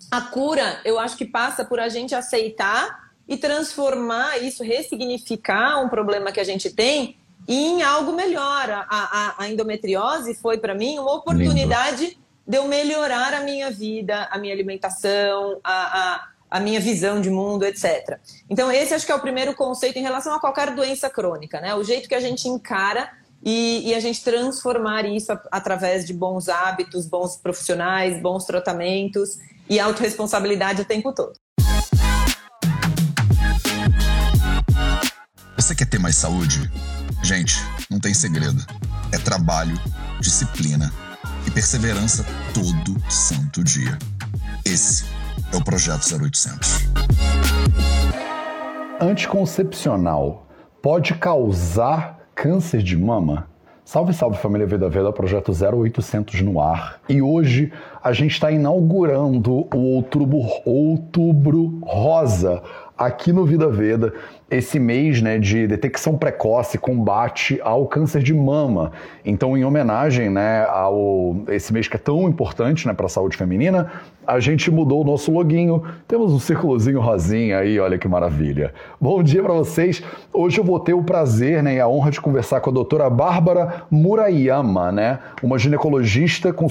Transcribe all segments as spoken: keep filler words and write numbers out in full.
a cura, eu acho que passa por a gente aceitar e transformar isso, ressignificar um problema que a gente tem em algo melhor. A, a, a endometriose foi, para mim, uma oportunidade Lindo. de eu melhorar a minha vida, a minha alimentação, a, a, a minha visão de mundo, etcétera. Então, esse acho que é o primeiro conceito em relação a qualquer doença crônica, né? O jeito que a gente encara e, e a gente transformar isso a, através de bons hábitos, bons profissionais, bons tratamentos e autorresponsabilidade o tempo todo. Você quer ter mais saúde? Gente, não tem segredo. É trabalho, disciplina e perseverança todo santo dia. Esse é o Projeto zero oitocentos. Anticoncepcional pode causar câncer de mama? Salve, salve família Vida Veda, Projeto zero oitocentos no ar. E hoje a gente está inaugurando o Outubro, Outubro Rosa aqui no Vida Veda, esse mês, né, de detecção precoce e combate ao câncer de mama. Então, em homenagem, né, ao esse mês que é tão importante, né, para a saúde feminina, a gente mudou o nosso loginho. Temos um círculozinho rosinha aí, olha que maravilha. Bom dia para vocês. Hoje eu vou ter o prazer, né, e a honra de conversar com a doutora Bárbara Murayama, né, uma ginecologista com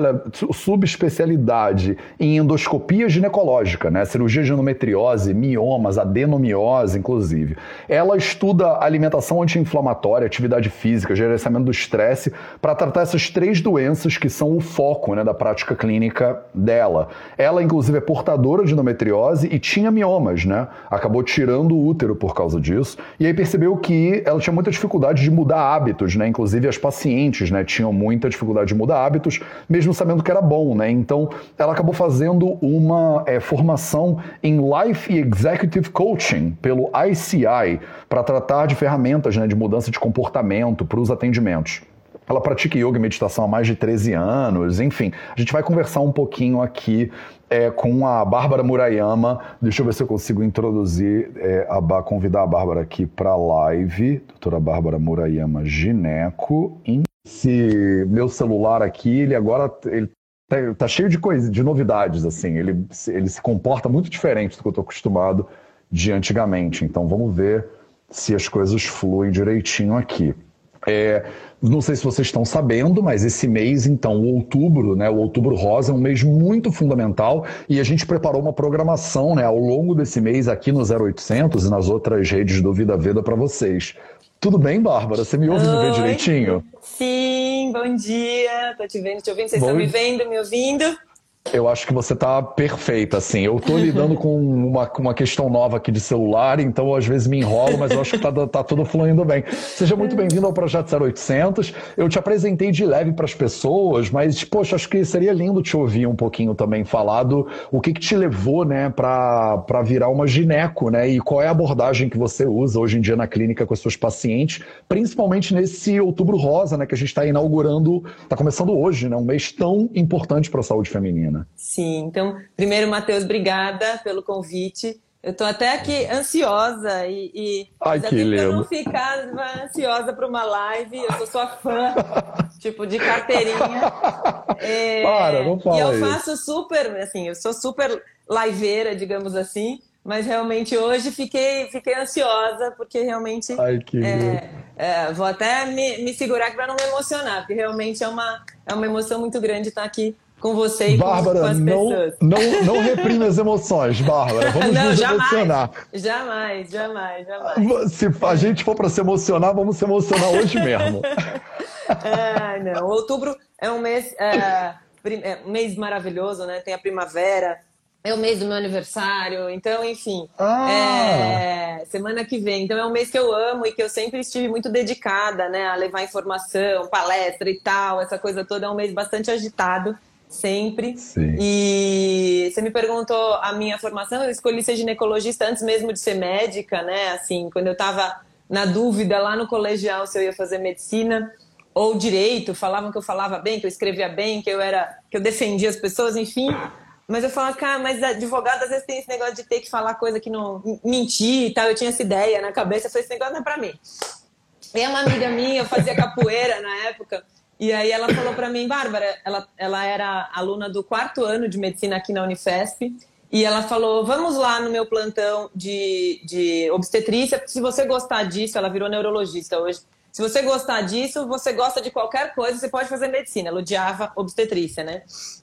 subespecialidade em endoscopia ginecológica, né, cirurgia de endometriose, miomas, adenomiose, inclusive. Ela estuda alimentação anti-inflamatória, atividade física, gerenciamento do estresse, para tratar essas três doenças que são o foco, né, da prática clínica dela. Ela, inclusive, é portadora de endometriose e tinha miomas, né? Acabou tirando o útero por causa disso. E aí percebeu que ela tinha muita dificuldade de mudar hábitos, né? Inclusive as pacientes, né, tinham muita dificuldade de mudar hábitos, mesmo sabendo que era bom, né? Então, ela acabou fazendo uma é, formação em Life Executive Coaching pelo I C I para tratar de ferramentas, né, de mudança de comportamento para os atendimentos. Ela pratica yoga e meditação há mais de treze anos, enfim. A gente vai conversar um pouquinho aqui é, com a Bárbara Murayama. Deixa eu ver se eu consigo introduzir, é, a, convidar a Bárbara aqui para a live. Doutora Bárbara Murayama, gineco. Esse meu celular aqui, ele agora ele tá, tá cheio de coisa, de novidades, assim. Ele, ele se comporta muito diferente do que eu estou acostumado de antigamente. Então vamos ver se as coisas fluem direitinho aqui. É, não sei se vocês estão sabendo, mas esse mês, então, o outubro, né, o Outubro Rosa é um mês muito fundamental e a gente preparou uma programação, né, ao longo desse mês aqui no zero oitocentos e nas outras redes do Vida Veda para vocês. Tudo bem, Bárbara? Você me ouve e me vê direitinho? Sim, bom dia. Tô te vendo, te ouvindo. Vocês bom... estão me vendo, me ouvindo? Eu acho que você tá perfeita, assim. Eu tô lidando com uma, uma questão nova aqui de celular, então às vezes me enrolo, mas eu acho que tá, tá tudo fluindo bem. Seja muito bem-vindo ao Projeto zero oitocentos. Eu te apresentei de leve para as pessoas, mas, poxa, acho que seria lindo te ouvir um pouquinho também falar do o que que te levou, né, para para virar uma gineco, né, e qual é a abordagem que você usa hoje em dia na clínica com as suas pacientes, principalmente nesse Outubro Rosa, né, que a gente está inaugurando, está começando hoje, né, um mês tão importante para a saúde feminina. Sim, então, primeiro, Matheus, obrigada pelo convite. Eu tô até aqui ansiosa e, e Ai, que lindo. Eu não ficar ansiosa para uma live, eu sou sua fã, tipo, de carteirinha. É, Para, não fala E eu isso. faço super, assim, eu sou super liveira, digamos assim, mas realmente hoje fiquei, fiquei ansiosa, porque realmente... Ai, que é, é, vou até me, me segurar para não me emocionar, porque realmente é uma, é uma emoção muito grande estar aqui com você e Bárbara, com, com as não, pessoas. Não, não reprime as emoções, Bárbara. Vamos não, nos jamais, emocionar. Jamais, jamais, jamais. Se a gente for para se emocionar, vamos se emocionar hoje mesmo. Ah, não. Outubro é um mês, é, é um mês maravilhoso, né? Tem a primavera, é o mês do meu aniversário, então, enfim, ah. é, semana que vem. Então é um mês que eu amo e que eu sempre estive muito dedicada, né? A levar informação, palestra e tal, essa coisa toda. É um mês bastante agitado. Sempre. Sim. E você me perguntou a minha formação, eu escolhi ser ginecologista antes mesmo de ser médica, né? Assim, quando eu estava na dúvida lá no colegial se eu ia fazer medicina ou direito, falavam que eu falava bem, que eu escrevia bem, que eu era, que eu defendia as pessoas, enfim. Mas eu falava, cara, mas advogado às vezes tem esse negócio de ter que falar coisa que não... mentir e tal. Eu tinha essa ideia na cabeça, eu falei, esse negócio não é pra mim. E uma amiga minha, eu fazia capoeira na época, E aí ela falou para mim, Bárbara, ela, ela era aluna do quarto ano de medicina aqui na Unifesp, e ela falou, vamos lá no meu plantão de, de obstetrícia, porque se você gostar disso, ela virou neurologista hoje, se você gostar disso, você gosta de qualquer coisa, você pode fazer medicina. Ela odiava obstetrícia, né?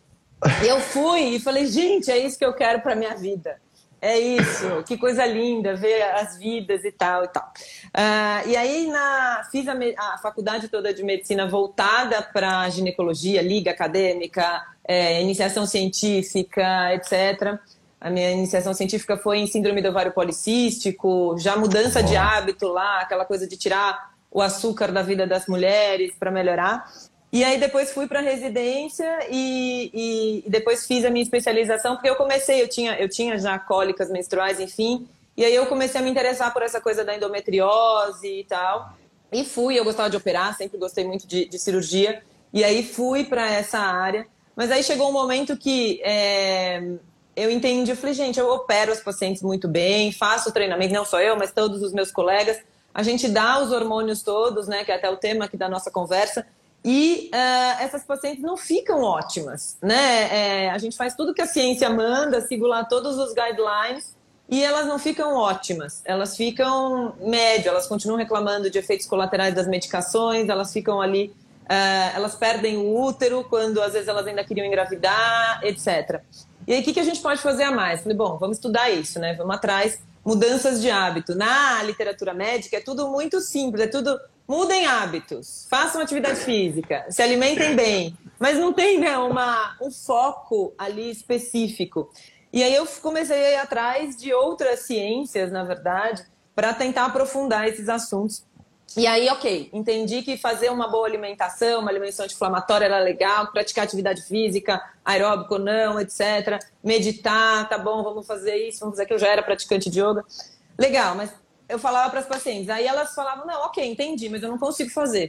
E eu fui e falei, gente, é isso que eu quero para minha vida. É isso, que coisa linda, ver as vidas e tal e tal. Uh, e aí na, fiz a, a faculdade toda de medicina voltada para ginecologia, liga acadêmica, é, iniciação científica, etcétera. A minha iniciação científica foi em síndrome do ovário policístico, já mudança de hábito lá, aquela coisa de tirar o açúcar da vida das mulheres para melhorar. E aí depois fui para residência e, e, e depois fiz a minha especialização, porque eu comecei, eu tinha, eu tinha já cólicas menstruais, enfim, e aí eu comecei a me interessar por essa coisa da endometriose e tal. E fui, eu gostava de operar, sempre gostei muito de, de cirurgia, e aí fui para essa área. Mas aí chegou um momento que é, eu entendi, eu falei, gente, eu opero as pacientes muito bem, faço treinamento, não só eu, mas todos os meus colegas, a gente dá os hormônios todos, né, que é até o tema aqui da nossa conversa, e uh, essas pacientes não ficam ótimas, né? É, a gente faz tudo que a ciência manda, sigo lá todos os guidelines e elas não ficam ótimas. Elas ficam médio, elas continuam reclamando de efeitos colaterais das medicações, elas ficam ali, uh, elas perdem o útero quando às vezes elas ainda queriam engravidar, etcétera. E aí o que, que a gente pode fazer a mais? Falei, bom, vamos estudar isso, né? Vamos atrás, mudanças de hábito. Na literatura médica é tudo muito simples, é tudo... Mudem hábitos, façam atividade física, se alimentem bem, mas não tem, né, uma, um foco ali específico. E aí eu comecei a ir atrás de outras ciências, na verdade, para tentar aprofundar esses assuntos. E aí, ok, entendi que fazer uma boa alimentação, uma alimentação anti-inflamatória era legal, praticar atividade física, aeróbico ou não, etcétera. Meditar, tá bom, vamos fazer isso, vamos fazer aquilo. Eu já era praticante de yoga. Legal, mas... eu falava para as pacientes, aí elas falavam, não, ok, entendi, mas eu não consigo fazer.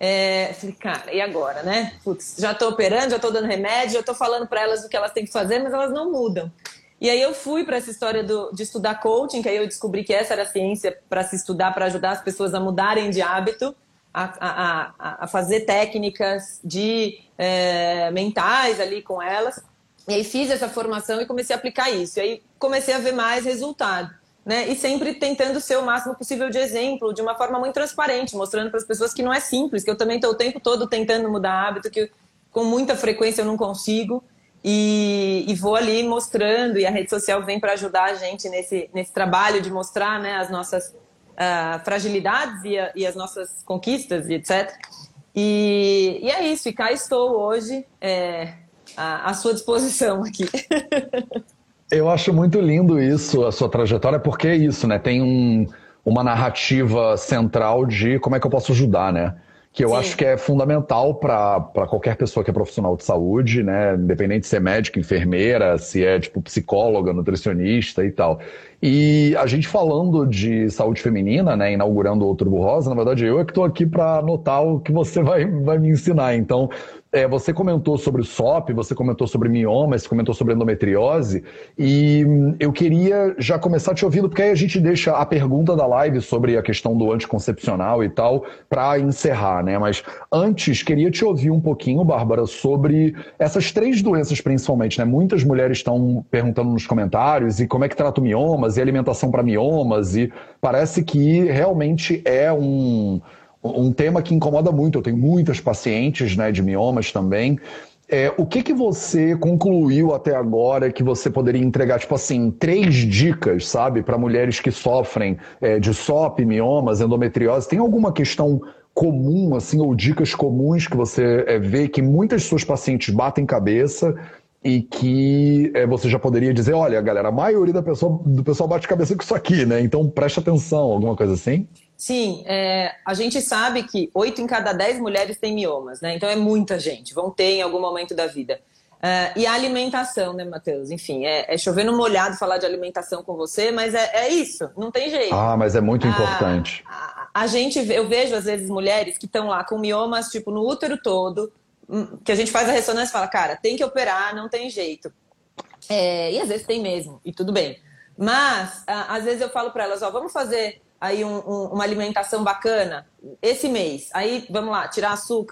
É, falei, cara, e agora, né? Putz, já estou operando, já estou dando remédio, já estou falando para elas o que elas têm que fazer, mas elas não mudam. E aí eu fui para essa história do, de estudar coaching, que aí eu descobri que essa era a ciência para se estudar, para ajudar as pessoas a mudarem de hábito, a, a, a, a fazer técnicas de é, mentais ali com elas. E aí fiz essa formação e comecei a aplicar isso. E aí comecei a ver mais resultado. Né? E sempre tentando ser o máximo possível de exemplo, de uma forma muito transparente, mostrando para as pessoas que não é simples, que eu também estou o tempo todo tentando mudar hábito, que com muita frequência eu não consigo, e, e vou ali mostrando, e a rede social vem para ajudar a gente nesse, nesse trabalho de mostrar, né, as nossas uh, fragilidades e, a, e as nossas conquistas, e etcétera. E, e é isso, e cá estou hoje é, à, à sua disposição aqui. Eu acho muito lindo isso, a sua trajetória, porque é isso, né? Tem um, uma narrativa central de como é que eu posso ajudar, né? Que eu Sim. acho que é fundamental para qualquer pessoa que é profissional de saúde, né? Independente de ser médica, enfermeira, se é tipo psicóloga, nutricionista e tal. E a gente falando de saúde feminina, né? Inaugurando o Outubro Rosa, na verdade eu é que estou aqui para anotar o que você vai, vai me ensinar. Então, É, você comentou sobre o S O P, você comentou sobre mioma, você comentou sobre endometriose, e eu queria já começar te ouvindo, porque aí a gente deixa a pergunta da live sobre a questão do anticoncepcional e tal, para encerrar, né? Mas antes, queria te ouvir um pouquinho, Bárbara, sobre essas três doenças principalmente, né? Muitas mulheres estão perguntando nos comentários, e como é que trata o miomas, e alimentação para miomas, e parece que realmente é um... um tema que incomoda muito. Eu tenho muitas pacientes, né, de miomas também. É, o que que você concluiu até agora que você poderia entregar, tipo assim, três dicas, sabe, para mulheres que sofrem é, de S O P, miomas, endometriose? Tem alguma questão comum, assim, ou dicas comuns que você é, vê que muitas suas pacientes batem cabeça e que é, você já poderia dizer, olha, galera, a maioria da pessoa, do pessoal bate cabeça com isso aqui, né? Então preste atenção, alguma coisa assim? Sim, é, a gente sabe que oito em cada dez mulheres têm miomas, né? Então é muita gente, vão ter em algum momento da vida. Uh, e a alimentação, né, Matheus? Enfim, é, é chover no molhado falar de alimentação com você, mas é, é isso, não tem jeito. Ah, mas é muito a, importante. A, a gente, eu vejo às vezes mulheres que estão lá com miomas, tipo, no útero todo, que a gente faz a ressonância e fala, cara, tem que operar, não tem jeito. É, e às vezes tem mesmo, e tudo bem. Mas, a, às vezes eu falo para elas, ó, vamos fazer aí um, um, uma alimentação bacana esse mês. Aí, vamos lá, tirar açúcar,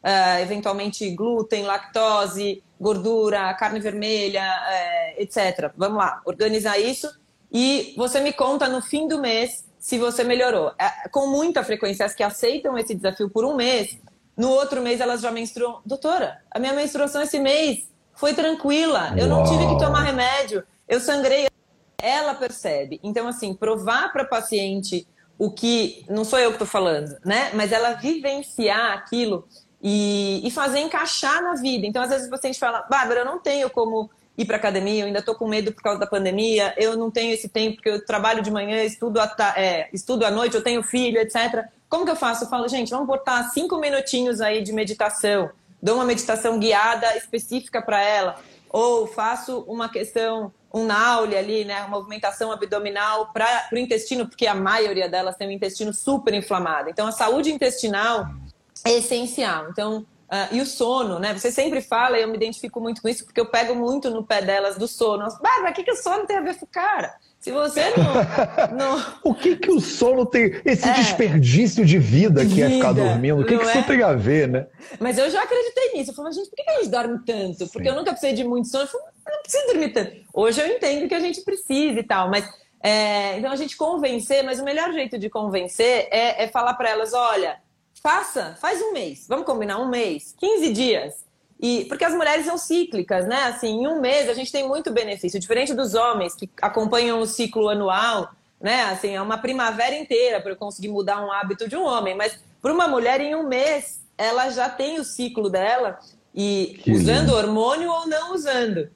uh, eventualmente glúten, lactose, gordura, carne vermelha, uh, etcétera. Vamos lá, organizar isso e você me conta no fim do mês se você melhorou. Uh, com muita frequência, as que aceitam esse desafio por um mês, no outro mês elas já menstruam. Doutora, a minha menstruação esse mês foi tranquila, eu não tive que tomar remédio, eu sangrei. Ela percebe. Então, assim, provar para a paciente o que... Não sou eu que estou falando, né? Mas ela vivenciar aquilo e, e fazer encaixar na vida. Então, às vezes, o paciente fala, Bárbara, eu não tenho como ir para academia, eu ainda estou com medo por causa da pandemia, eu não tenho esse tempo porque eu trabalho de manhã, estudo, a, é, estudo à noite, eu tenho filho, etcétera. Como que eu faço? Eu falo, gente, vamos botar cinco minutinhos aí de meditação. Dou uma meditação guiada específica para ela. Ou faço uma questão... um naule ali, né, uma movimentação abdominal para o intestino, porque a maioria delas tem o intestino super inflamado. Então, a saúde intestinal é essencial. Então, uh, e o sono, né? Você sempre fala, e eu me identifico muito com isso, porque eu pego muito no pé delas do sono. Bárbara, o que, que o sono tem a ver com o cara? Se você não... não... O que, que o sono tem... Esse é, desperdício de vida que vida, é ficar dormindo, o que, que isso é? tem a ver, né? Mas eu já acreditei nisso. Eu falei, gente, por que, que a gente dorme tanto? Sim. Porque eu nunca precisei de muito sono. Eu falei, não preciso dormir tanto. Hoje eu entendo que a gente precisa e tal, mas... É, então a gente convencer, mas o melhor jeito de convencer é, é falar para elas, olha, faça, faz um mês. Vamos combinar um mês, quinze dias. E, porque as mulheres são cíclicas, né? Assim, em um mês a gente tem muito benefício. Diferente dos homens que acompanham o ciclo anual, né? Assim, é uma primavera inteira para eu conseguir mudar um hábito de um homem. Mas para uma mulher, em um mês, ela já tem o ciclo dela, e que usando lindo. Hormônio ou não usando.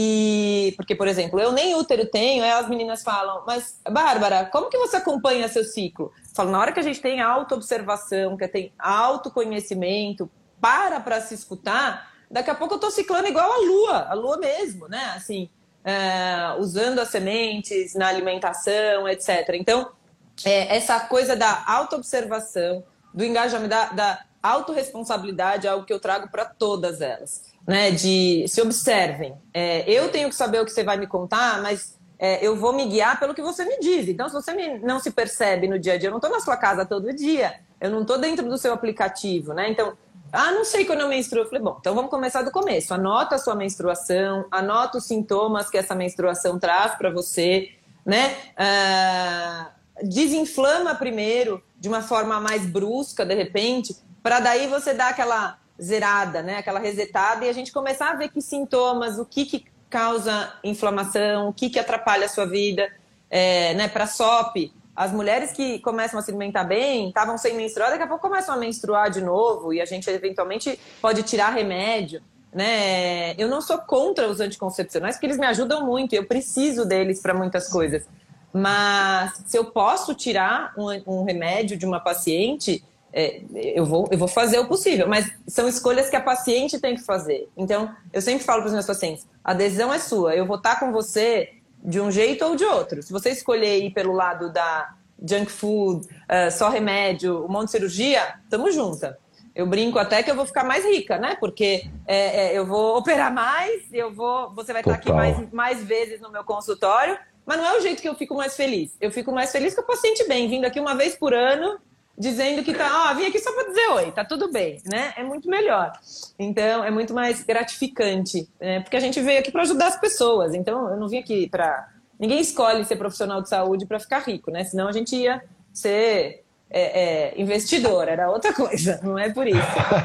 E porque, por exemplo, eu nem útero tenho, aí as meninas falam, mas, Bárbara, como que você acompanha seu ciclo? Eu falo, na hora que a gente tem auto-observação, que tem autoconhecimento, para para se escutar, daqui a pouco eu tô ciclando igual a lua, a lua mesmo, né? Assim, é, usando as sementes na alimentação, etcétera. Então, é, essa coisa da auto-observação, do engajamento, da, da autorresponsabilidade é algo que eu trago para todas elas, né? De se observem. É, eu tenho que saber o que você vai me contar, mas é, eu vou me guiar pelo que você me diz. Então, se você me, não se percebe no dia a dia, eu não tô na sua casa todo dia, eu não tô dentro do seu aplicativo, né? Então, ah, não sei quando eu menstruo. Eu falei, bom, então vamos começar do começo. Anota a sua menstruação, anota os sintomas que essa menstruação traz para você, né? Ah, desinflama primeiro, de uma forma mais brusca, de repente, para daí você dar aquela zerada, né? Aquela resetada e a gente começar a ver que sintomas, o que, que causa inflamação, o que, que atrapalha a sua vida, é, né? Para S O P. As mulheres que começam a se alimentar bem, estavam sem menstruar, daqui a pouco começam a menstruar de novo e a gente eventualmente pode tirar remédio, né? Eu não sou contra os anticoncepcionais, porque eles me ajudam muito e eu preciso deles para muitas coisas. Mas se eu posso tirar um, um remédio de uma paciente, é, eu, vou, eu vou fazer o possível. Mas são escolhas que a paciente tem que fazer. Então, eu sempre falo para os meus pacientes, a decisão é sua, eu vou estar com você de um jeito ou de outro. Se você escolher ir pelo lado da junk food, uh, só remédio, um monte de cirurgia, tamo junta. Eu brinco até que eu vou ficar mais rica, né? Porque é, é, eu vou operar mais, eu vou, você vai Total. estar aqui mais, mais vezes no meu consultório, mas não é o jeito que eu fico mais feliz. Eu fico mais feliz com o paciente bem, vindo aqui uma vez por ano, dizendo que tá, ó, vim aqui só para dizer oi, tá tudo bem, né? É muito melhor. Então, é muito mais gratificante, né? Porque a gente veio aqui para ajudar as pessoas. Então, eu não vim aqui para... Ninguém escolhe ser profissional de saúde para ficar rico, né? Senão a gente ia ser é, é, investidor, era outra coisa, não é por isso.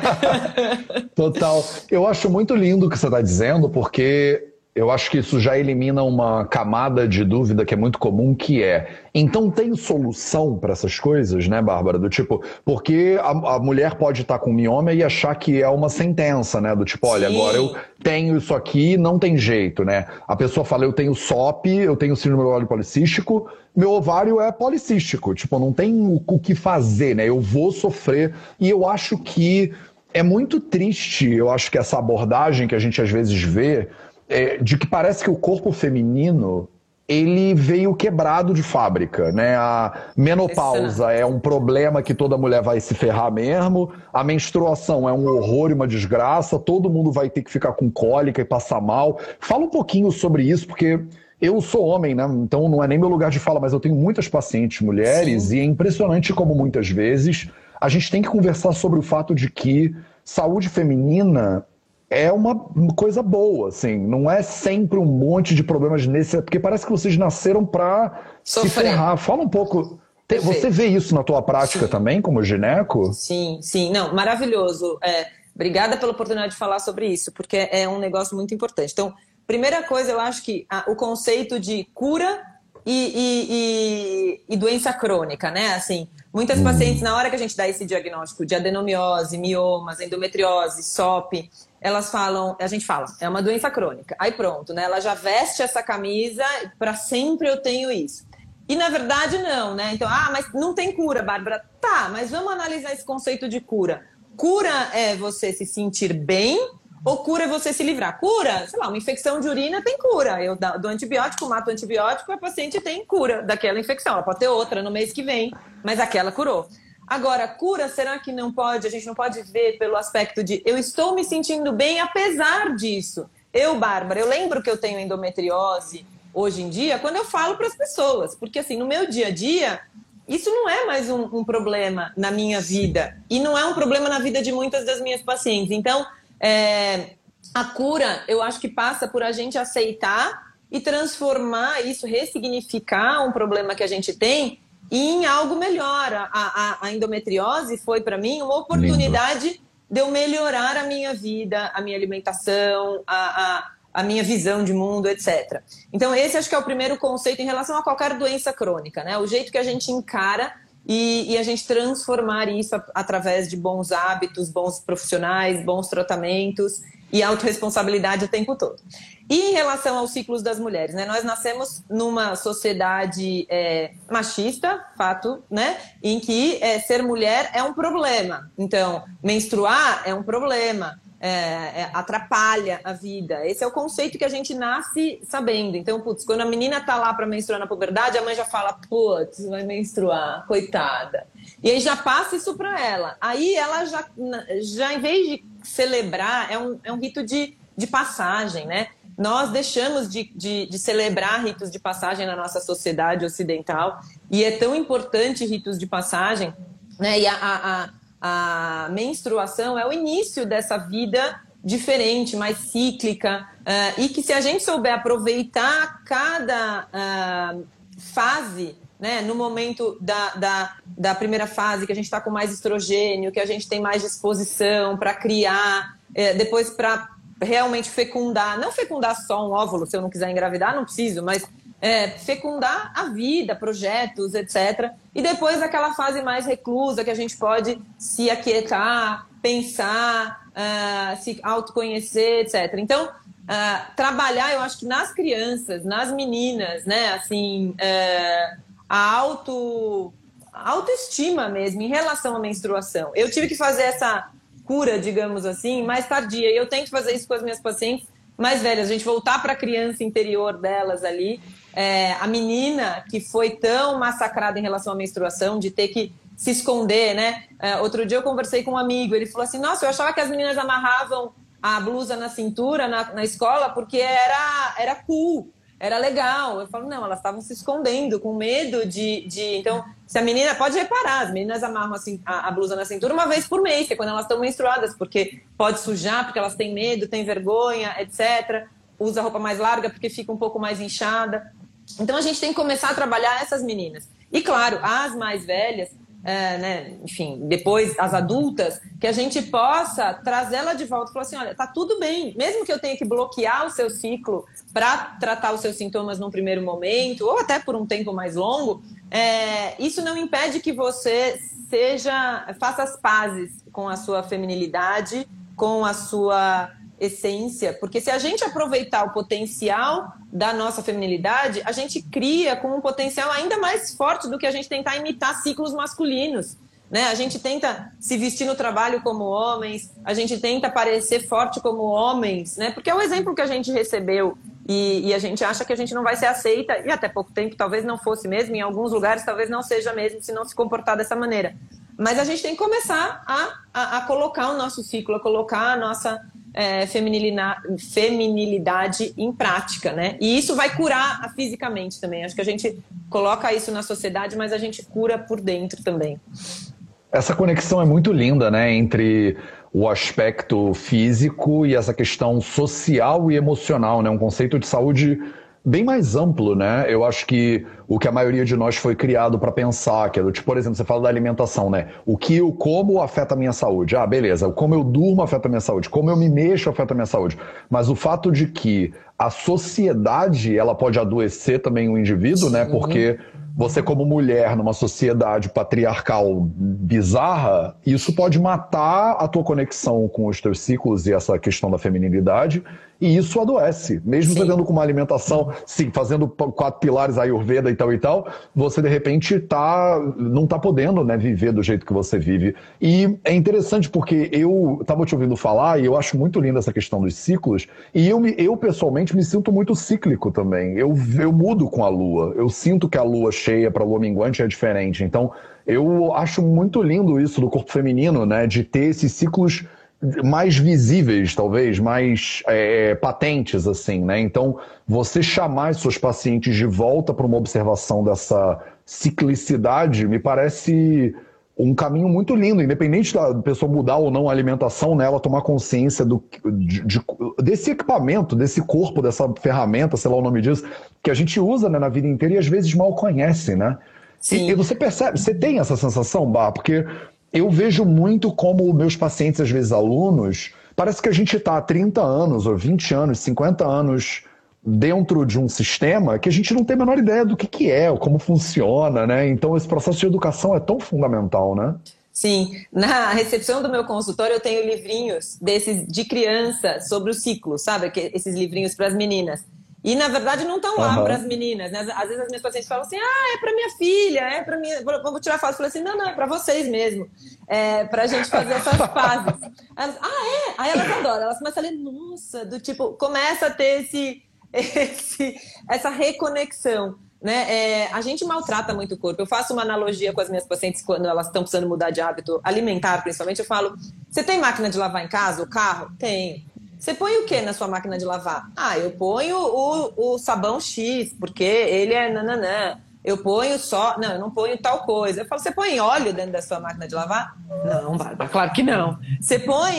Total. Eu acho muito lindo o que você está dizendo, porque eu acho que isso já elimina uma camada de dúvida que é muito comum, que é, então tem solução para essas coisas, né, Bárbara? Do tipo, porque a, a mulher pode estar com mioma e achar que é uma sentença, né? Do tipo, olha, Sim. agora eu tenho isso aqui, não tem jeito, né? A pessoa fala, eu tenho S O P, eu tenho síndrome do ovário policístico, meu ovário é policístico, tipo, não tem o, o que fazer, né? Eu vou sofrer. E eu acho que é muito triste, eu acho que essa abordagem que a gente às vezes vê, É, de que parece que o corpo feminino ele veio quebrado de fábrica, né? A menopausa é um problema que toda mulher vai se ferrar mesmo, a menstruação é um horror e uma desgraça, todo mundo vai ter que ficar com cólica e passar mal. Fala um pouquinho sobre isso, porque eu sou homem, né? Então não é nem meu lugar de fala, mas eu tenho muitas pacientes mulheres. Sim. E é impressionante como muitas vezes a gente tem que conversar sobre o fato de que saúde feminina é uma coisa boa, assim, não é sempre um monte de problemas nesse, porque parece que vocês nasceram para se ferrar. Fala um pouco, Perfeito. Você vê isso na tua prática sim. também, como gineco? Sim, sim, não, maravilhoso. É, obrigada pela oportunidade de falar sobre isso, porque é um negócio muito importante. Então, primeira coisa, eu acho que a, o conceito de cura e, e, e, e doença crônica, né, assim, muitas hum. pacientes, na hora que a gente dá esse diagnóstico de adenomiose, miomas, endometriose, S O P, elas falam, a gente fala, é uma doença crônica. Aí pronto, né? Ela já veste essa camisa, para sempre eu tenho isso. E na verdade não, né? Então, ah, mas não tem cura, Bárbara. Tá, mas vamos analisar esse conceito de cura. Cura é você se sentir bem ou cura é você se livrar? Cura, sei lá, uma infecção de urina tem cura. Eu dou antibiótico, mato o antibiótico, a paciente tem cura daquela infecção. Ela pode ter outra no mês que vem, mas aquela curou. Agora, cura, será que não pode? A gente não pode ver pelo aspecto de eu estou me sentindo bem apesar disso. Eu, Bárbara, eu lembro que eu tenho endometriose hoje em dia quando eu falo para as pessoas. Porque assim, no meu dia a dia, isso não é mais um, um problema na minha vida. E não é um problema na vida de muitas das minhas pacientes. Então, é, a cura, eu acho que passa por a gente aceitar e transformar isso, ressignificar um problema que a gente tem em algo melhor. A, a, a endometriose foi, para mim, uma oportunidade Lindo. de eu melhorar a minha vida, a minha alimentação, a, a, a minha visão de mundo, etcétera. Então, esse acho que é o primeiro conceito em relação a qualquer doença crônica, né? O jeito que a gente encara e, e a gente transformar isso a, através de bons hábitos, bons profissionais, bons tratamentos e autorresponsabilidade o tempo todo. E em relação aos ciclos das mulheres, né? Nós nascemos numa sociedade é, machista, fato, né? Em que é, ser mulher é um problema. Então, menstruar é um problema, é, é, atrapalha a vida. Esse é o conceito que a gente nasce sabendo. Então, putz, quando a menina tá lá para menstruar na puberdade, a mãe já fala, putz, vai menstruar, coitada. E aí já passa isso para ela. Aí ela já, já, em vez de celebrar, é um, é um rito de, de passagem, né? Nós deixamos de, de, de celebrar ritos de passagem na nossa sociedade ocidental e é tão importante ritos de passagem, né? E a, a, a menstruação é o início dessa vida diferente, mais cíclica, uh, e que se a gente souber aproveitar cada uh, fase, né? No momento da, da, da primeira fase, que a gente está com mais estrogênio, que a gente tem mais disposição para criar, eh, depois para realmente fecundar, não fecundar só um óvulo, se eu não quiser engravidar, não preciso, mas é, fecundar a vida, projetos, etcétera. E depois aquela fase mais reclusa, que a gente pode se aquietar, pensar, uh, se autoconhecer, etcétera. Então, uh, trabalhar, eu acho que nas crianças, nas meninas, né, assim, uh, a auto, a autoestima mesmo em relação à menstruação. Eu tive que fazer essa cura, digamos assim, mais tardia. E eu tento fazer isso com as minhas pacientes mais velhas, a gente voltar para a criança interior delas ali. É, a menina que foi tão massacrada em relação à menstruação, de ter que se esconder, né? É, outro dia eu conversei com um amigo, ele falou assim, nossa, eu achava que as meninas amarravam a blusa na cintura na, na escola porque era, era cool, era legal. Eu falo, não, elas estavam se escondendo, com medo de, de... Então, se a menina... Pode reparar, as meninas amarram assim, a, a blusa na cintura uma vez por mês, que é quando elas estão menstruadas, porque pode sujar, porque elas têm medo, têm vergonha, etcétera. Usa roupa mais larga porque fica um pouco mais inchada. Então, a gente tem que começar a trabalhar essas meninas. E, claro, as mais velhas, é, né, enfim, depois as adultas, que a gente possa trazê-la de volta e falar assim, olha, tá tudo bem, mesmo que eu tenha que bloquear o seu ciclo para tratar os seus sintomas num primeiro momento, ou até por um tempo mais longo, é, isso não impede que você seja, faça as pazes com a sua feminilidade, com a sua essência, porque se a gente aproveitar o potencial da nossa feminilidade, a gente cria com um potencial ainda mais forte do que a gente tentar imitar ciclos masculinos, né? A gente tenta se vestir no trabalho como homens, a gente tenta parecer forte como homens, né? Porque é o exemplo que a gente recebeu e, e a gente acha que a gente não vai ser aceita, e até pouco tempo talvez não fosse mesmo, em alguns lugares talvez não seja mesmo, se não se comportar dessa maneira. Mas a gente tem que começar a, a, a colocar o nosso ciclo, a colocar a nossa É, feminilidade em prática, né? E isso vai curar fisicamente também. Acho que a gente coloca isso na sociedade, mas a gente cura por dentro também. Essa conexão é muito linda, né? Entre o aspecto físico e essa questão social e emocional, né? Um conceito de saúde bem mais amplo, né? Eu acho que o que a maioria de nós foi criado para pensar, que é do tipo, por exemplo, você fala da alimentação, né? O que eu como afeta a minha saúde. Ah, beleza. Como eu durmo afeta a minha saúde. Como eu me mexo afeta a minha saúde. Mas o fato de que a sociedade, ela pode adoecer também o indivíduo, né? Porque você, como mulher, numa sociedade patriarcal bizarra, isso pode matar a tua conexão com os teus ciclos e essa questão da feminilidade, e isso adoece. Mesmo você tendo com uma alimentação, sim, fazendo quatro pilares Ayurveda e tal e tal, você, de repente, tá, não tá podendo, né, viver do jeito que você vive. E é interessante porque eu estava te ouvindo falar, e eu acho muito linda essa questão dos ciclos, e eu, me, eu pessoalmente, me sinto muito cíclico também. Eu, eu mudo com a lua. Eu sinto que a lua cheia para a lua minguante é diferente. Então, eu acho muito lindo isso do corpo feminino, né? De ter esses ciclos mais visíveis, talvez, mais é, patentes, assim, né? Então, você chamar suas pacientes de volta para uma observação dessa ciclicidade me parece um caminho muito lindo, independente da pessoa mudar ou não a alimentação, né, ela tomar consciência do, de, de, desse equipamento, desse corpo, dessa ferramenta, sei lá o nome disso, que a gente usa, né, na vida inteira e às vezes mal conhece, né? Sim. E, e você percebe, você tem essa sensação, Bá? Porque eu vejo muito como meus pacientes, às vezes alunos, parece que a gente está há trinta anos, ou vinte anos, cinquenta anos dentro de um sistema que a gente não tem a menor ideia do que, que é, ou como funciona, né? Então esse processo de educação é tão fundamental, né? Sim. Na recepção do meu consultório eu tenho livrinhos desses de criança sobre o ciclo, sabe? Esses livrinhos para as meninas. E, na verdade, não estão lá uhum. para as meninas, né? Às vezes as minhas pacientes falam assim, ah, é para minha filha, é para minha... Vou tirar foto. Eu falei assim, não, não, é para vocês mesmo. É para a gente fazer essas fases. Elas, ah, é? Aí elas adoram. Elas começam a ler, nossa, do tipo... Começa a ter esse, esse, essa reconexão, né? É, a gente maltrata muito o corpo. Eu faço uma analogia com as minhas pacientes quando elas estão precisando mudar de hábito alimentar, principalmente. Eu falo, você tem máquina de lavar em casa, o carro? Tenho. Você põe o que na sua máquina de lavar? Ah, eu ponho o, o sabão X, porque ele é nananã. Eu ponho só... Não, eu não ponho tal coisa. Eu falo, você põe óleo dentro da sua máquina de lavar? Não, Bárbara, claro que não. Você põe,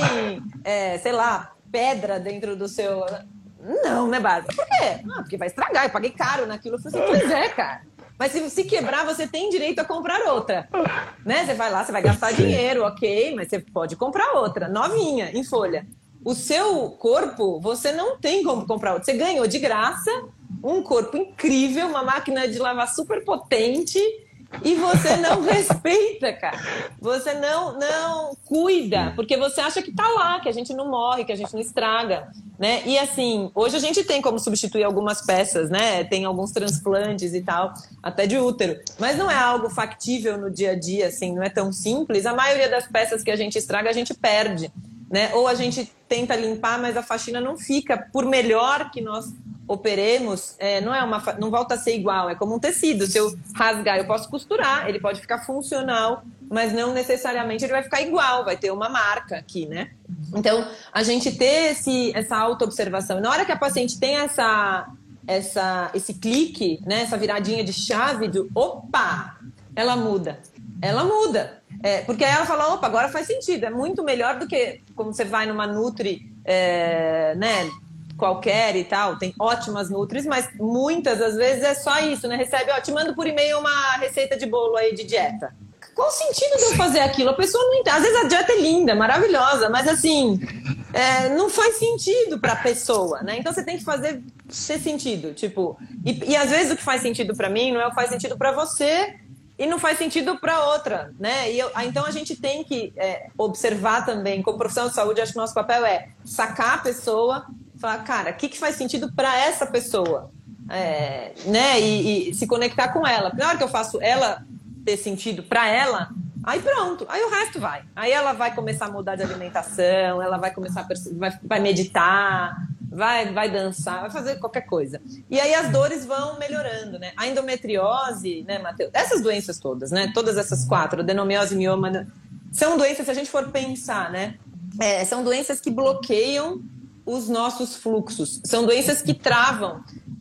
é, sei lá, pedra dentro do seu... Não, né, Bárbara? Por quê? Ah, porque vai estragar. Eu paguei caro naquilo. Eu falei assim, pois é, cara. Mas se, se quebrar, você tem direito a comprar outra. Né? Você vai lá, você vai gastar dinheiro, ok, mas você pode comprar outra, novinha, em folha. O seu corpo, você não tem como comprar outro. Você ganhou de graça um corpo incrível, uma máquina de lavar super potente e você não respeita, cara. Você não, não cuida, porque você acha que tá lá, que a gente não morre, que a gente não estraga, né? E assim, hoje a gente tem como substituir algumas peças, né? Tem alguns transplantes e tal, até de útero. Mas não é algo factível no dia a dia, assim, não é tão simples. A maioria das peças que a gente estraga, a gente perde. Né? Ou a gente tenta limpar, mas a faxina não fica, por melhor que nós operemos, é, não, é uma, não volta a ser igual, é como um tecido. Se eu rasgar, eu posso costurar, ele pode ficar funcional, mas não necessariamente ele vai ficar igual, vai ter uma marca aqui, né? Então, a gente ter esse, essa auto-observação, na hora que a paciente tem essa, essa, esse clique, né, essa viradinha de chave do opa, ela muda, ela muda. É, porque aí ela fala, opa, agora faz sentido, é muito melhor do que como você vai numa Nutri, é, né, qualquer e tal, tem ótimas Nutris, mas muitas das vezes é só isso, né, recebe, ó, te mando por e-mail uma receita de bolo aí de dieta. Qual o sentido de eu fazer aquilo? A pessoa não entende, às vezes a dieta é linda, maravilhosa, mas assim, é, não faz sentido para a pessoa, né, então você tem que fazer ter sentido, tipo, e, e às vezes o que faz sentido para mim não é o que faz sentido para você, e não faz sentido para outra, né? E eu, então a gente tem que é, observar também, como profissional de saúde, acho que o nosso papel é sacar a pessoa, falar, cara, o que, que faz sentido para essa pessoa, é, né? E, e se conectar com ela. Na hora que eu faço ela ter sentido para ela, aí pronto, aí o resto vai. Aí ela vai começar a mudar de alimentação, ela vai começar a vai, vai meditar, vai, vai dançar, vai fazer qualquer coisa. E aí as dores vão melhorando, né? A endometriose, né, Matheus? Essas doenças todas, né? Todas essas quatro, adenomiose, mioma, são doenças, se a gente for pensar, né? É, são doenças que bloqueiam os nossos fluxos. São doenças que travam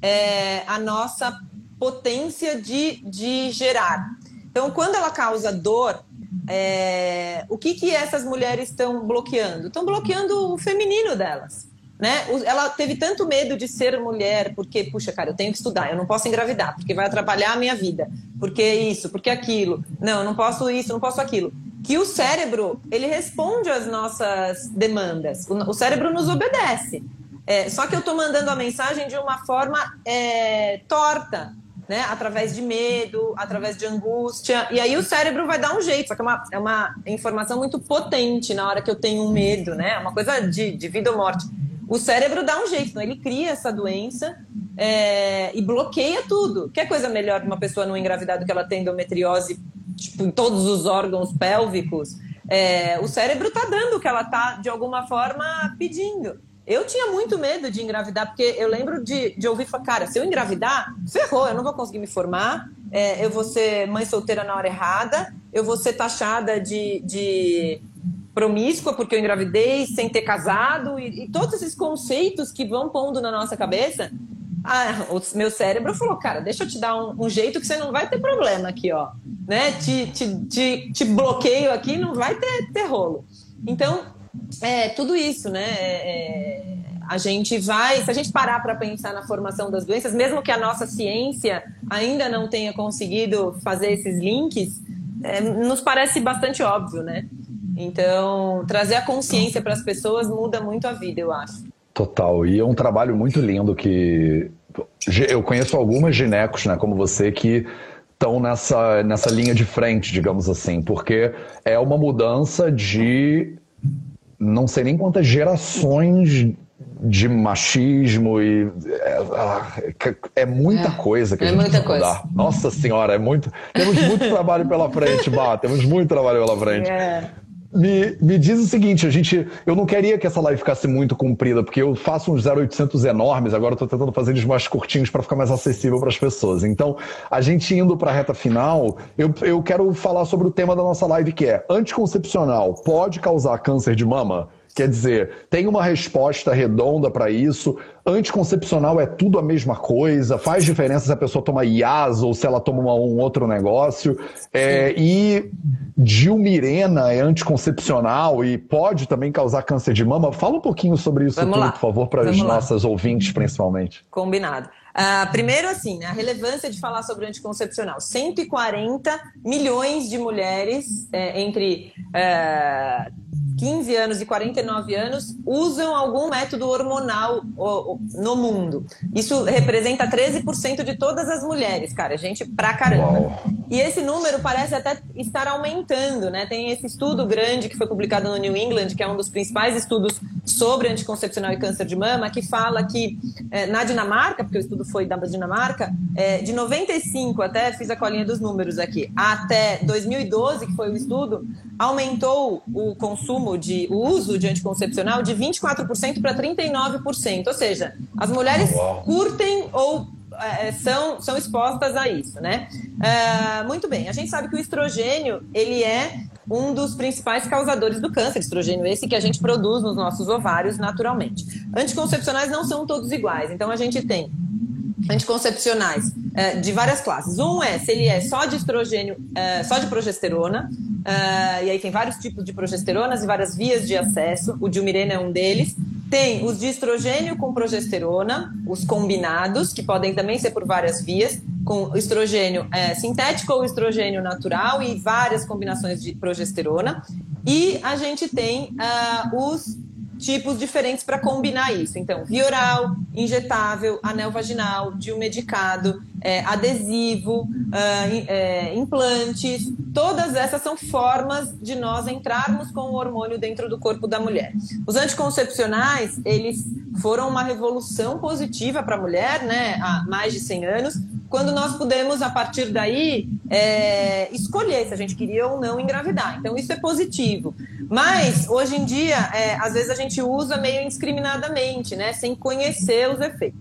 é, a nossa potência de, de gerar. Então, quando ela causa dor, é, o que, que essas mulheres estão bloqueando? Estão bloqueando o feminino delas. Né? Ela teve tanto medo de ser mulher, porque, puxa, cara, eu tenho que estudar, eu não posso engravidar, porque vai atrapalhar a minha vida, porque isso, porque aquilo, não, eu não posso isso, não posso aquilo, que o cérebro, ele responde às nossas demandas, o, o cérebro nos obedece, é, só que eu estou mandando a mensagem de uma forma é, torta, né? Através de medo, através de angústia, e aí o cérebro vai dar um jeito, só que é uma, é uma informação muito potente na hora que eu tenho um medo, né? É uma coisa de, de vida ou morte. O cérebro dá um jeito, então ele cria essa doença é, e bloqueia tudo. Que coisa melhor para uma pessoa não engravidar do que ela ter endometriose tipo, em todos os órgãos pélvicos? É, o cérebro está dando o que ela está, de alguma forma, pedindo. Eu tinha muito medo de engravidar, porque eu lembro de, de ouvir falar, cara, se eu engravidar, ferrou, eu não vou conseguir me formar, é, eu vou ser mãe solteira na hora errada, eu vou ser taxada de... de promíscua porque eu engravidei sem ter casado e, e todos esses conceitos que vão pondo na nossa cabeça, ah, o meu cérebro falou, cara, deixa eu te dar um, um jeito que você não vai ter problema aqui, ó, né? Te, te, te, te bloqueio aqui, não vai ter, ter rolo. Então, é tudo isso, né? É, a gente vai, se a gente parar para pensar na formação das doenças, mesmo que a nossa ciência ainda não tenha conseguido fazer esses links, é, nos parece bastante óbvio, né? Então, trazer a consciência para as pessoas muda muito a vida, eu acho. Total. E é um trabalho muito lindo que... Eu conheço algumas ginecos, né, como você, que estão nessa, nessa linha de frente, digamos assim, porque é uma mudança de... não sei nem quantas gerações de machismo e... É, é muita é, coisa que a é gente muita precisa coisa. mudar. Nossa Senhora, é muito... temos muito trabalho pela frente, Bá, temos muito trabalho pela frente. É. Me, me diz o seguinte, a gente, eu não queria que essa live ficasse muito comprida, porque eu faço uns zero oitocentos enormes, agora eu tô tentando fazer eles mais curtinhos para ficar mais acessível para as pessoas. Então, a gente indo para a reta final, eu, eu quero falar sobre o tema da nossa live, que é: anticoncepcional pode causar câncer de mama? Quer dizer, tem uma resposta redonda para isso? Anticoncepcional é tudo a mesma coisa? Faz diferença se a pessoa toma I A S ou se ela toma uma, um outro negócio? É, e Dilmirena é anticoncepcional e pode também causar câncer de mama? Fala um pouquinho sobre isso Vamos tudo, lá. por favor, para as nossas ouvintes, principalmente. Combinado. Uh, primeiro, assim, né, a relevância de falar sobre anticoncepcional. cento e quarenta milhões de mulheres é, entre uh, quinze anos e quarenta e nove anos usam algum método hormonal no mundo. Isso representa treze por cento de todas as mulheres, cara, gente pra caramba. Uau. E esse número parece até estar aumentando, né? Tem esse estudo grande que foi publicado no New England, que é um dos principais estudos sobre anticoncepcional e câncer de mama, que fala que é, na Dinamarca, porque o estudo foi da Dinamarca, é, de noventa e cinco, até fiz a colinha dos números aqui, até dois mil e doze, que foi o estudo, aumentou o consumo de, o uso de anticoncepcional de vinte e quatro por cento para trinta e nove por cento. Ou seja, as mulheres Uau. curtem ou é, são, são expostas a isso, né? É, muito bem, a gente sabe que o estrogênio, ele é um dos principais causadores do câncer, estrogênio esse que a gente produz nos nossos ovários naturalmente. Anticoncepcionais não são todos iguais, então a gente tem anticoncepcionais é, de várias classes. Um é se ele é só de estrogênio, é, só de progesterona, é, e aí tem vários tipos de progesteronas e várias vias de acesso, o Dilmirena é um deles. Tem os de estrogênio com progesterona, os combinados, que podem também ser por várias vias, com estrogênio é, sintético ou estrogênio natural e várias combinações de progesterona. E a gente tem uh, os tipos diferentes para combinar isso. Então, via oral, injetável, anel vaginal, DIU medicado, é, adesivo, uh, é, implantes, todas essas são formas de nós entrarmos com o hormônio dentro do corpo da mulher. Os anticoncepcionais, eles foram uma revolução positiva para a mulher, né, há mais de cem anos, quando nós pudemos, a partir daí, é, escolher se a gente queria ou não engravidar. Então, isso é positivo. Mas, hoje em dia, é, às vezes a gente usa meio indiscriminadamente, né, sem conhecer os efeitos.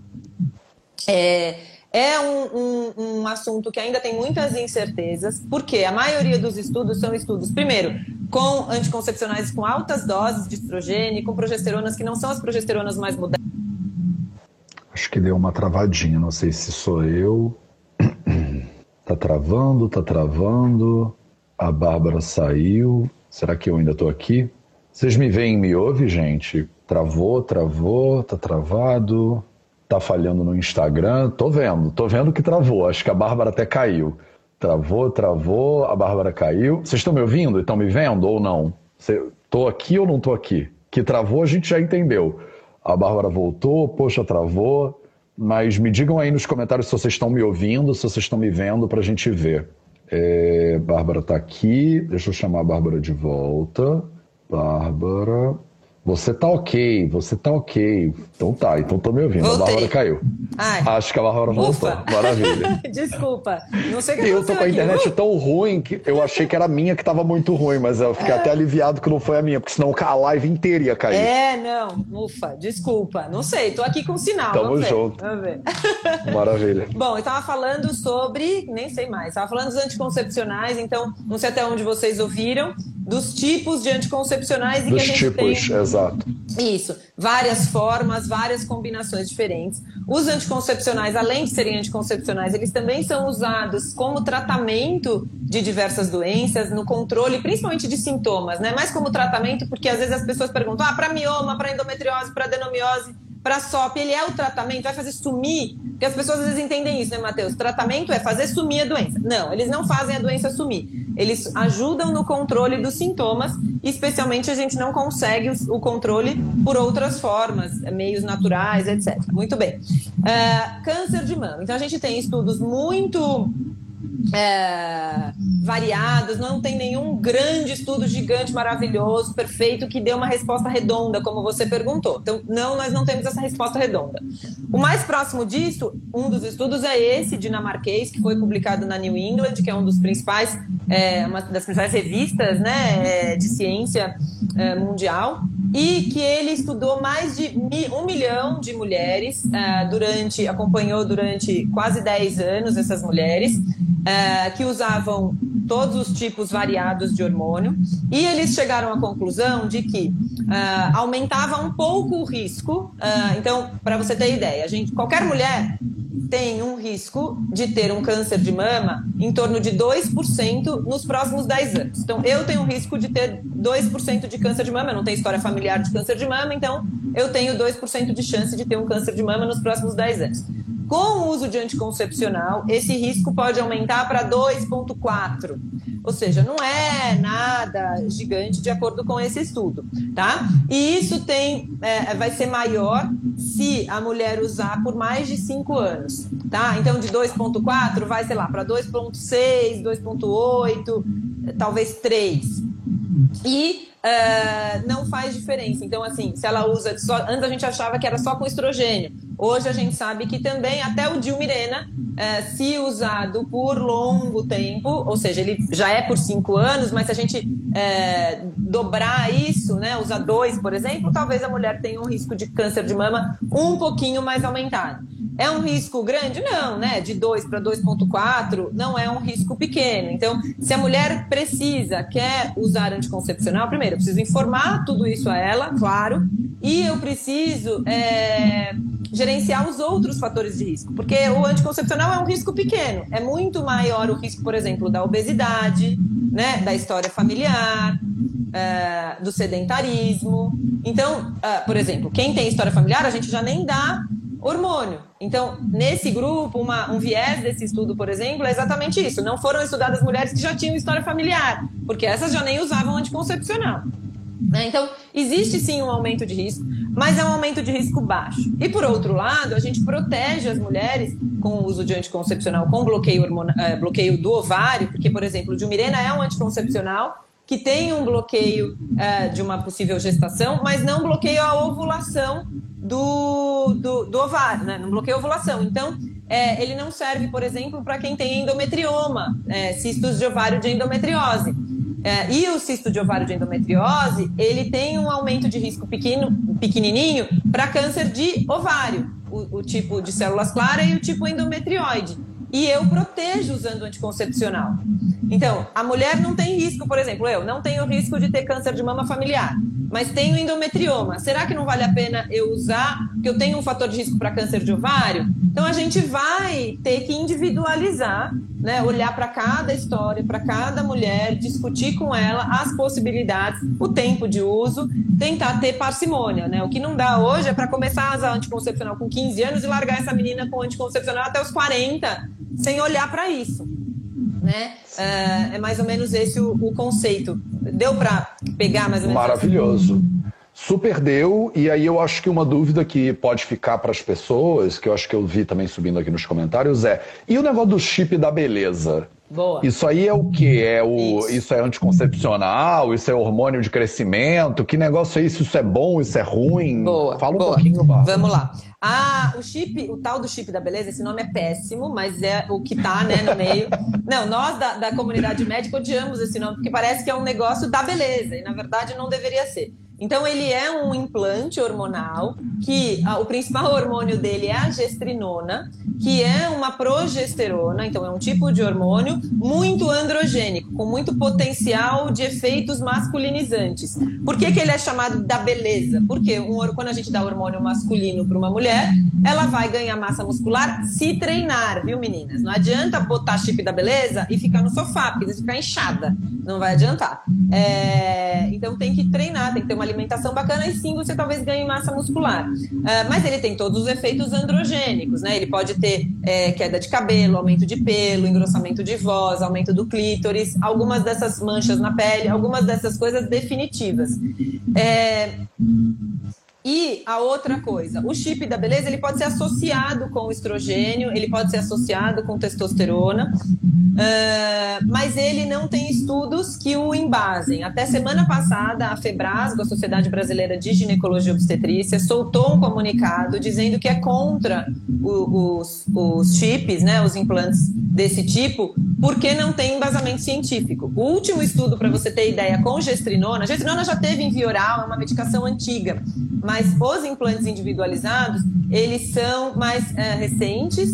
É, é um, um, um assunto que ainda tem muitas incertezas, porque a maioria dos estudos são estudos, primeiro, com anticoncepcionais com altas doses de estrogênio, com progesteronas que não são as progesteronas mais modernas. Acho que deu uma travadinha, não sei se sou eu. Tá travando, tá travando. A Bárbara saiu. Será que eu ainda tô aqui? Vocês me veem e me ouvem, gente? Travou, travou, tá travado. Tá falhando no Instagram. Tô vendo, tô vendo que travou. Acho que a Bárbara até caiu. Travou, travou, a Bárbara caiu. Vocês estão me ouvindo? Estão me vendo ou não? Cê, tô aqui ou não tô aqui? Que travou a gente já entendeu. A Bárbara voltou, poxa, travou. Mas me digam aí nos comentários se vocês estão me ouvindo, se vocês estão me vendo, pra gente ver. É, Bárbara tá aqui. Deixa eu chamar a Bárbara de volta. Bárbara... Você tá ok, você tá ok. Então tá, então tô me ouvindo. Voltei. A Bárbara caiu. Ai. Acho que a Bárbara voltou. Ufa. Maravilha. Desculpa, não sei o que Eu aconteceu tô com a aqui. internet Uh! tão ruim que eu achei que era a minha que tava muito ruim, mas eu fiquei é. até aliviado que não foi a minha, porque senão a live inteira ia cair. É, não, ufa, desculpa. Não sei, tô aqui com sinal. Tamo vamos junto. Ver. Vamos ver. Maravilha. Bom, eu tava falando sobre, nem sei mais, tava falando dos anticoncepcionais, então não sei até onde vocês ouviram, dos tipos de anticoncepcionais e dos que a gente tipos, tem... exato. Isso, várias formas, várias combinações diferentes. Os anticoncepcionais, além de serem anticoncepcionais, eles também são usados como tratamento de diversas doenças, no controle, principalmente de sintomas, né? Mais como tratamento, porque às vezes as pessoas perguntam, ah, para mioma, para endometriose, para adenomiose, para S O P, ele é o tratamento, vai fazer sumir? Porque as pessoas às vezes entendem isso, né, Matheus? Tratamento é fazer sumir a doença. Não, eles não fazem a doença sumir. Eles ajudam no controle dos sintomas, e especialmente a gente não consegue o controle por outras formas, meios naturais, etcétera. Muito bem. Uh, câncer de mama. Então a gente tem estudos muito... É, variados, não tem nenhum grande estudo gigante, maravilhoso, perfeito, que dê uma resposta redonda, como você perguntou. Então, não, nós não temos essa resposta redonda. O mais próximo disso, um dos estudos é esse, dinamarquês, que foi publicado na New England, que é um dos principais, é, uma das principais revistas, né, de ciência é, mundial, e que ele estudou mais de um milhão de mulheres, é, durante, acompanhou durante quase dez anos essas mulheres, é, que usavam todos os tipos variados de hormônio, e eles chegaram à conclusão de que uh, aumentava um pouco o risco. Uh, então, para você ter ideia, a gente, qualquer mulher tem um risco de ter um câncer de mama em torno de dois por cento nos próximos dez anos. Então, eu tenho um risco de ter dois por cento de câncer de mama, eu não tenho história familiar de câncer de mama, então eu tenho dois por cento de chance de ter um câncer de mama nos próximos dez anos. Com o uso de anticoncepcional, esse risco pode aumentar para dois vírgula quatro. Ou seja, não é nada gigante de acordo com esse estudo, tá? E isso tem, é, vai ser maior se a mulher usar por mais de cinco anos, tá? Então, de dois vírgula quatro vai, sei lá, para dois vírgula seis, dois vírgula oito, talvez três. E uh, não faz diferença. Então, assim, se ela usa... Só, antes a gente achava que era só com estrogênio. Hoje a gente sabe que também até o Dilmirena, uh, se usado por longo tempo, ou seja, ele já é por cinco anos, mas se a gente uh, dobrar isso, né, usar dois, por exemplo, talvez a mulher tenha um risco de câncer de mama um pouquinho mais aumentado. É um risco grande? Não, né? De dois para dois vírgula quatro não é um risco pequeno. Então, se a mulher precisa, quer usar anticoncepcional, primeiro, eu preciso informar tudo isso a ela, claro, e eu preciso é, gerenciar os outros fatores de risco, porque o anticoncepcional é um risco pequeno. É muito maior o risco, por exemplo, da obesidade, né? Da história familiar, é, do sedentarismo. Então, é, por exemplo, quem tem história familiar, a gente já nem dá hormônio. Então, nesse grupo, uma, um viés desse estudo, por exemplo, é exatamente isso. Não foram estudadas mulheres que já tinham história familiar, porque essas já nem usavam anticoncepcional. Né? Então, existe sim um aumento de risco, mas é um aumento de risco baixo. E, por outro lado, a gente protege as mulheres com o uso de anticoncepcional, com bloqueio, hormona, eh, bloqueio do ovário, porque, por exemplo, o Dilmirena é um anticoncepcional que tem um bloqueio eh, de uma possível gestação, mas não bloqueia a ovulação do, do, do ovário, né? Não bloqueia a ovulação. Então, é, ele não serve, por exemplo, para quem tem endometrioma, é, cistos de ovário de endometriose. É, e o cisto de ovário de endometriose, ele tem um aumento de risco pequeno, pequenininho para câncer de ovário, o, o tipo de células claras e o tipo endometrioide. E eu protejo usando anticoncepcional. Então, a mulher não tem risco, por exemplo, eu não tenho risco de ter câncer de mama familiar, mas tenho endometrioma. Será que não vale a pena eu usar, porque eu tenho um fator de risco para câncer de ovário? Então, a gente vai ter que individualizar, né? Olhar para cada história, para cada mulher, discutir com ela as possibilidades, o tempo de uso, tentar ter parcimônia, né? O que não dá hoje é para começar a usar anticoncepcional com quinze anos e largar essa menina com anticoncepcional até os quarenta, sem olhar para isso, né? É, é mais ou menos esse o, o conceito. Deu para pegar mais ou menos? Maravilhoso. Super deu, e aí eu acho que uma dúvida que pode ficar para as pessoas, que eu acho que eu vi também subindo aqui nos comentários, é: e o negócio do chip da beleza? Boa. Isso aí é o quê? É o, isso. Isso. isso é anticoncepcional? Isso é hormônio de crescimento? Que negócio é isso? Isso é bom? Isso é ruim? Boa, Fala um boa. pouquinho, Bárbara. Vamos lá. Ah, o chip, o tal do chip da beleza, esse nome é péssimo, mas é o que tá, né, no meio. Não, nós da, da comunidade médica odiamos esse nome, porque parece que é um negócio da beleza, e na verdade não deveria ser. Então, ele é um implante hormonal, que ah, o principal hormônio dele é a gestrinona, que é uma progesterona, então é um tipo de hormônio muito androgênico, com muito potencial de efeitos masculinizantes. Por que que ele é chamado da beleza? Porque um, quando a gente dá hormônio masculino para uma mulher, ela vai ganhar massa muscular se treinar, viu, meninas? Não adianta botar chip da beleza e ficar no sofá, porque você fica inchada, não vai adiantar. É, então, tem que treinar, tem que ter uma alimentação bacana, e sim, você talvez ganhe massa muscular. Uh, mas ele tem todos os efeitos androgênicos, né? Ele pode ter é, queda de cabelo, aumento de pelo, engrossamento de voz, aumento do clítoris, algumas dessas manchas na pele, algumas dessas coisas definitivas. É... E a outra coisa, o chip da beleza, ele pode ser associado com o estrogênio, ele pode ser associado com testosterona, uh, mas ele não tem estudos que o embasem. Até semana passada, a FEBRASGO, a Sociedade Brasileira de Ginecologia e Obstetrícia, soltou um comunicado dizendo que é contra o, os, os chips, né, os implantes desse tipo, porque não tem embasamento científico. O último estudo, para você ter ideia, com gestrinona, a gestrinona já teve em via oral, é uma medicação antiga, mas os implantes individualizados, eles são mais é, recentes,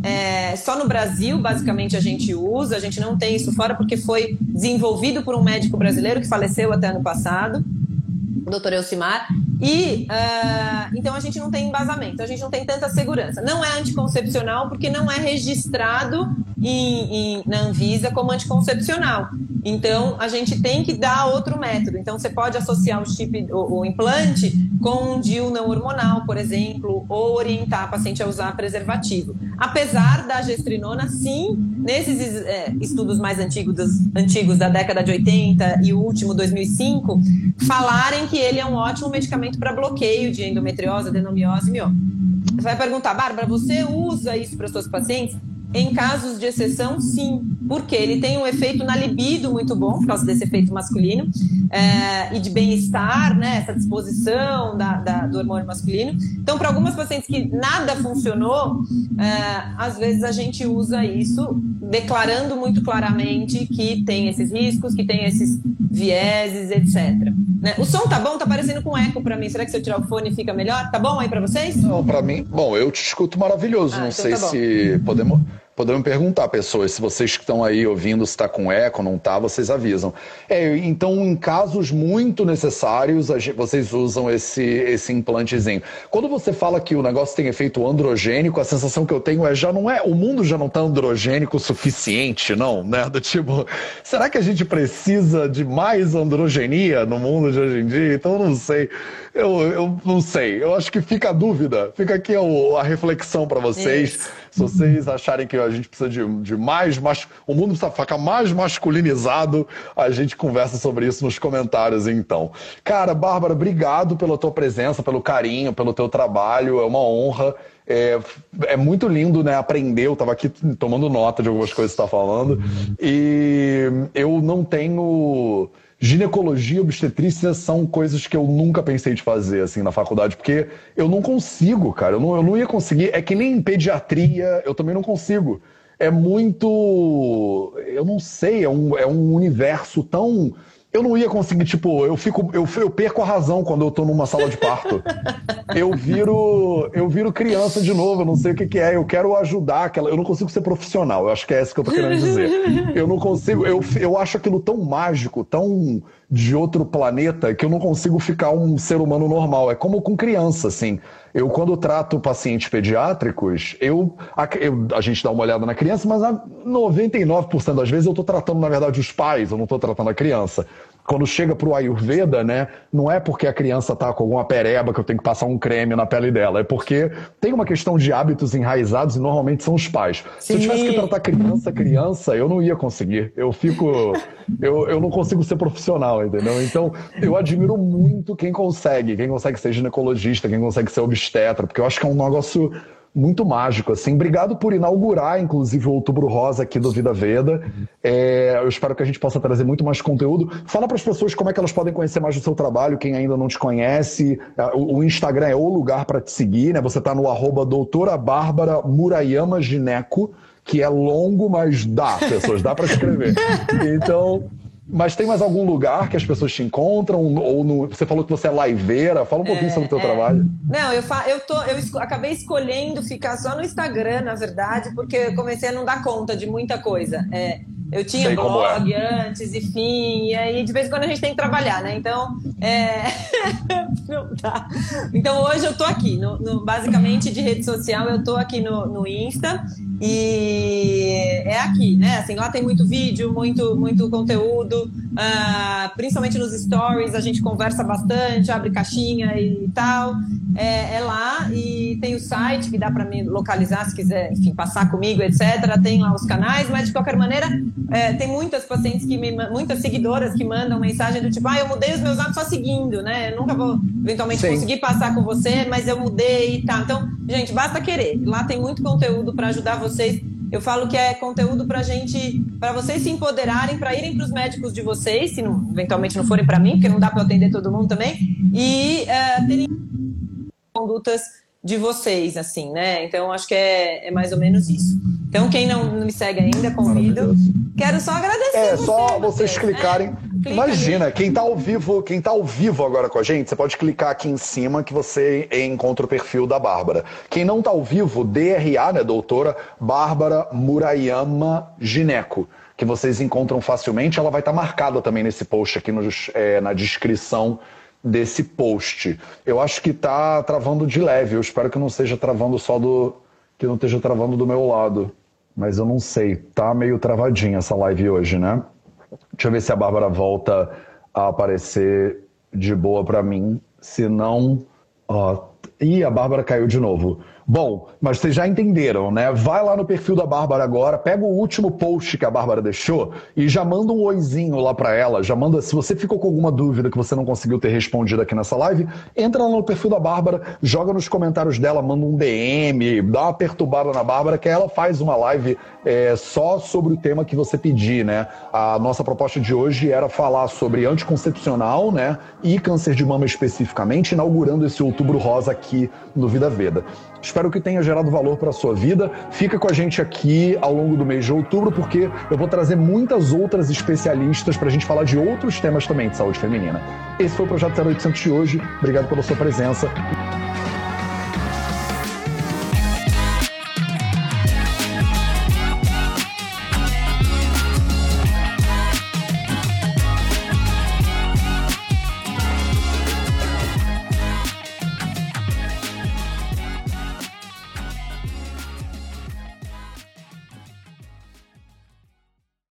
é, só no Brasil, basicamente, a gente usa, a gente não tem isso fora, porque foi desenvolvido por um médico brasileiro que faleceu até ano passado, o doutor Elcimar, e uh, então a gente não tem embasamento, a gente não tem tanta segurança. Não é anticoncepcional porque não é registrado em, em, na Anvisa como anticoncepcional. Então a gente tem que dar outro método. Então você pode associar o chip, o, o implante, com um D I U não hormonal, por exemplo, ou orientar a paciente a usar preservativo. Apesar da gestrinona, sim, nesses é, estudos mais antigos, antigos da década de oitenta e o último dois mil e cinco, falarem que ele é um ótimo medicamento para bloqueio de endometriose, adenomiose e mioma. Você vai perguntar, Bárbara, você usa isso para os seus pacientes? Em casos de exceção, sim, porque ele tem um efeito na libido muito bom, por causa desse efeito masculino, é, e de bem-estar, né, essa disposição da, da, do hormônio masculino. Então, para algumas pacientes que nada funcionou, é, às vezes a gente usa isso, declarando muito claramente que tem esses riscos, que tem esses vieses, etcétera. Né? O som tá bom? Tá parecendo com eco para mim. Será que se eu tirar o fone fica melhor? Tá bom aí para vocês? Não, para mim, bom, eu te escuto maravilhoso. Ah, não então sei tá se podemos... Podemos perguntar, pessoas, se vocês que estão aí ouvindo, se está com eco, não está, vocês avisam. É, então, em casos muito necessários, vocês usam esse, esse implantezinho. Quando você fala que o negócio tem efeito androgênico, a sensação que eu tenho é, já não é, o mundo já não está androgênico o suficiente, não, né? Do tipo, será que a gente precisa de mais androgenia no mundo de hoje em dia? Então, eu não sei. Eu, eu não sei. Eu acho que fica a dúvida. Fica aqui a, a reflexão para vocês. Isso. Se vocês acharem que a gente precisa de, de mais, mas o mundo precisa ficar mais masculinizado, a gente conversa sobre isso nos comentários, então. Cara, Bárbara, obrigado pela tua presença, pelo carinho, pelo teu trabalho, é uma honra. É, é muito lindo, né, aprender, eu estava aqui tomando nota de algumas coisas que você está falando, e eu não tenho... Ginecologia e obstetrícia são coisas que eu nunca pensei de fazer, assim, na faculdade, porque eu não consigo, cara, eu não, eu não ia conseguir, é que nem em pediatria, eu também não consigo. É muito, eu não sei, é um, é um universo tão... Eu não ia conseguir, tipo, eu fico, eu, eu perco a razão quando eu tô numa sala de parto. Eu viro, eu viro criança de novo, eu não sei o que que é, eu quero ajudar aquela, eu não consigo ser profissional, eu acho que é isso que eu tô querendo dizer. Eu não consigo, eu, eu acho aquilo tão mágico, tão de outro planeta, que eu não consigo ficar um ser humano normal. É como com criança, assim. Eu, quando trato pacientes pediátricos, eu, a, eu, a gente dá uma olhada na criança, mas a noventa e nove por cento das vezes eu estou tratando, na verdade, os pais, eu não estou tratando a criança. Quando chega pro Ayurveda, né, não é porque a criança tá com alguma pereba que eu tenho que passar um creme na pele dela, é porque tem uma questão de hábitos enraizados e normalmente são os pais. Sim. Se eu tivesse que tratar criança, criança, eu não ia conseguir. Eu fico... eu, eu não consigo ser profissional, entendeu? Então, eu admiro muito quem consegue, quem consegue ser ginecologista, quem consegue ser obstetra, porque eu acho que é um negócio... muito mágico, assim. Obrigado por inaugurar, inclusive, o Outubro Rosa aqui do Vida Veda. É, eu espero que a gente possa trazer muito mais conteúdo. Fala para as pessoas como é que elas podem conhecer mais do seu trabalho, quem ainda não te conhece. O, o Instagram é o lugar para te seguir, né? Você está no arroba doutora Bárbara Murayama Gineco, que é longo, mas dá, pessoas, dá para escrever. Então... Mas tem mais algum lugar que as pessoas te encontram? Ou no... Você falou que você é liveira. Fala um pouquinho é, sobre o teu é. trabalho. Não, eu, fa... eu, tô... eu esco... acabei escolhendo ficar só no Instagram, na verdade, porque eu comecei a não dar conta de muita coisa. É... Eu tinha Sei blog é. antes, enfim, e aí de vez em quando a gente tem que trabalhar, né? Então, é... não dá. Então hoje eu tô aqui, no, no, basicamente de rede social, eu tô aqui no, no Insta e é aqui, né? Assim, lá tem muito vídeo, muito, muito conteúdo, uh, principalmente nos stories, a gente conversa bastante, abre caixinha e tal. É, é lá e tem o site que dá para me localizar se quiser, enfim, passar comigo, etcétera. Tem lá os canais, mas de qualquer maneira... É, tem muitas pacientes, que me, muitas seguidoras que mandam mensagem do tipo, ah, eu mudei os meus hábitos só seguindo, né? Eu nunca vou eventualmente Sim. conseguir passar com você, mas eu mudei e tal. Então, gente, basta querer. Lá tem muito conteúdo para ajudar vocês. Eu falo que é conteúdo pra gente, para vocês se empoderarem, para irem para os médicos de vocês, se não, eventualmente não forem para mim, porque não dá para atender todo mundo também, e uh, terem condutas de vocês, assim, né? Então, acho que é, é mais ou menos isso. Então, quem não, não me segue ainda, convido. Quero só agradecer. É, você, só vocês clicarem. Né? Clica Imagina, ali. quem tá ao vivo, quem tá ao vivo agora com a gente, você pode clicar aqui em cima que você encontra o perfil da Bárbara. Quem não tá ao vivo, D R A, né, doutora Bárbara Murayama Gineco, que vocês encontram facilmente. Ela vai estar tá marcada também nesse post aqui nos, é, na descrição desse post. Eu acho que tá travando de leve. Eu espero que não esteja travando só do... que não esteja travando do meu lado. Mas eu não sei. Tá meio travadinha essa live hoje, né? Deixa eu ver se a Bárbara volta a aparecer de boa pra mim. Se não... Ó... Ih, a Bárbara caiu de novo. Bom, mas vocês já entenderam, né? Vai lá no perfil da Bárbara agora, pega o último post que a Bárbara deixou e já manda um oizinho lá pra ela. Já manda, se você ficou com alguma dúvida que você não conseguiu ter respondido aqui nessa live, entra lá no perfil da Bárbara, joga nos comentários dela, manda um D M, dá uma perturbada na Bárbara, que ela faz uma live é, só sobre o tema que você pedir, né? A nossa proposta de hoje era falar sobre anticoncepcional, né? E câncer de mama especificamente, inaugurando esse Outubro Rosa aqui no Vida Veda. Espero que tenha gerado valor para a sua vida. Fica com a gente aqui ao longo do mês de outubro, porque eu vou trazer muitas outras especialistas para a gente falar de outros temas também de saúde feminina. Esse foi o Projeto zero oitocentos de hoje. Obrigado pela sua presença.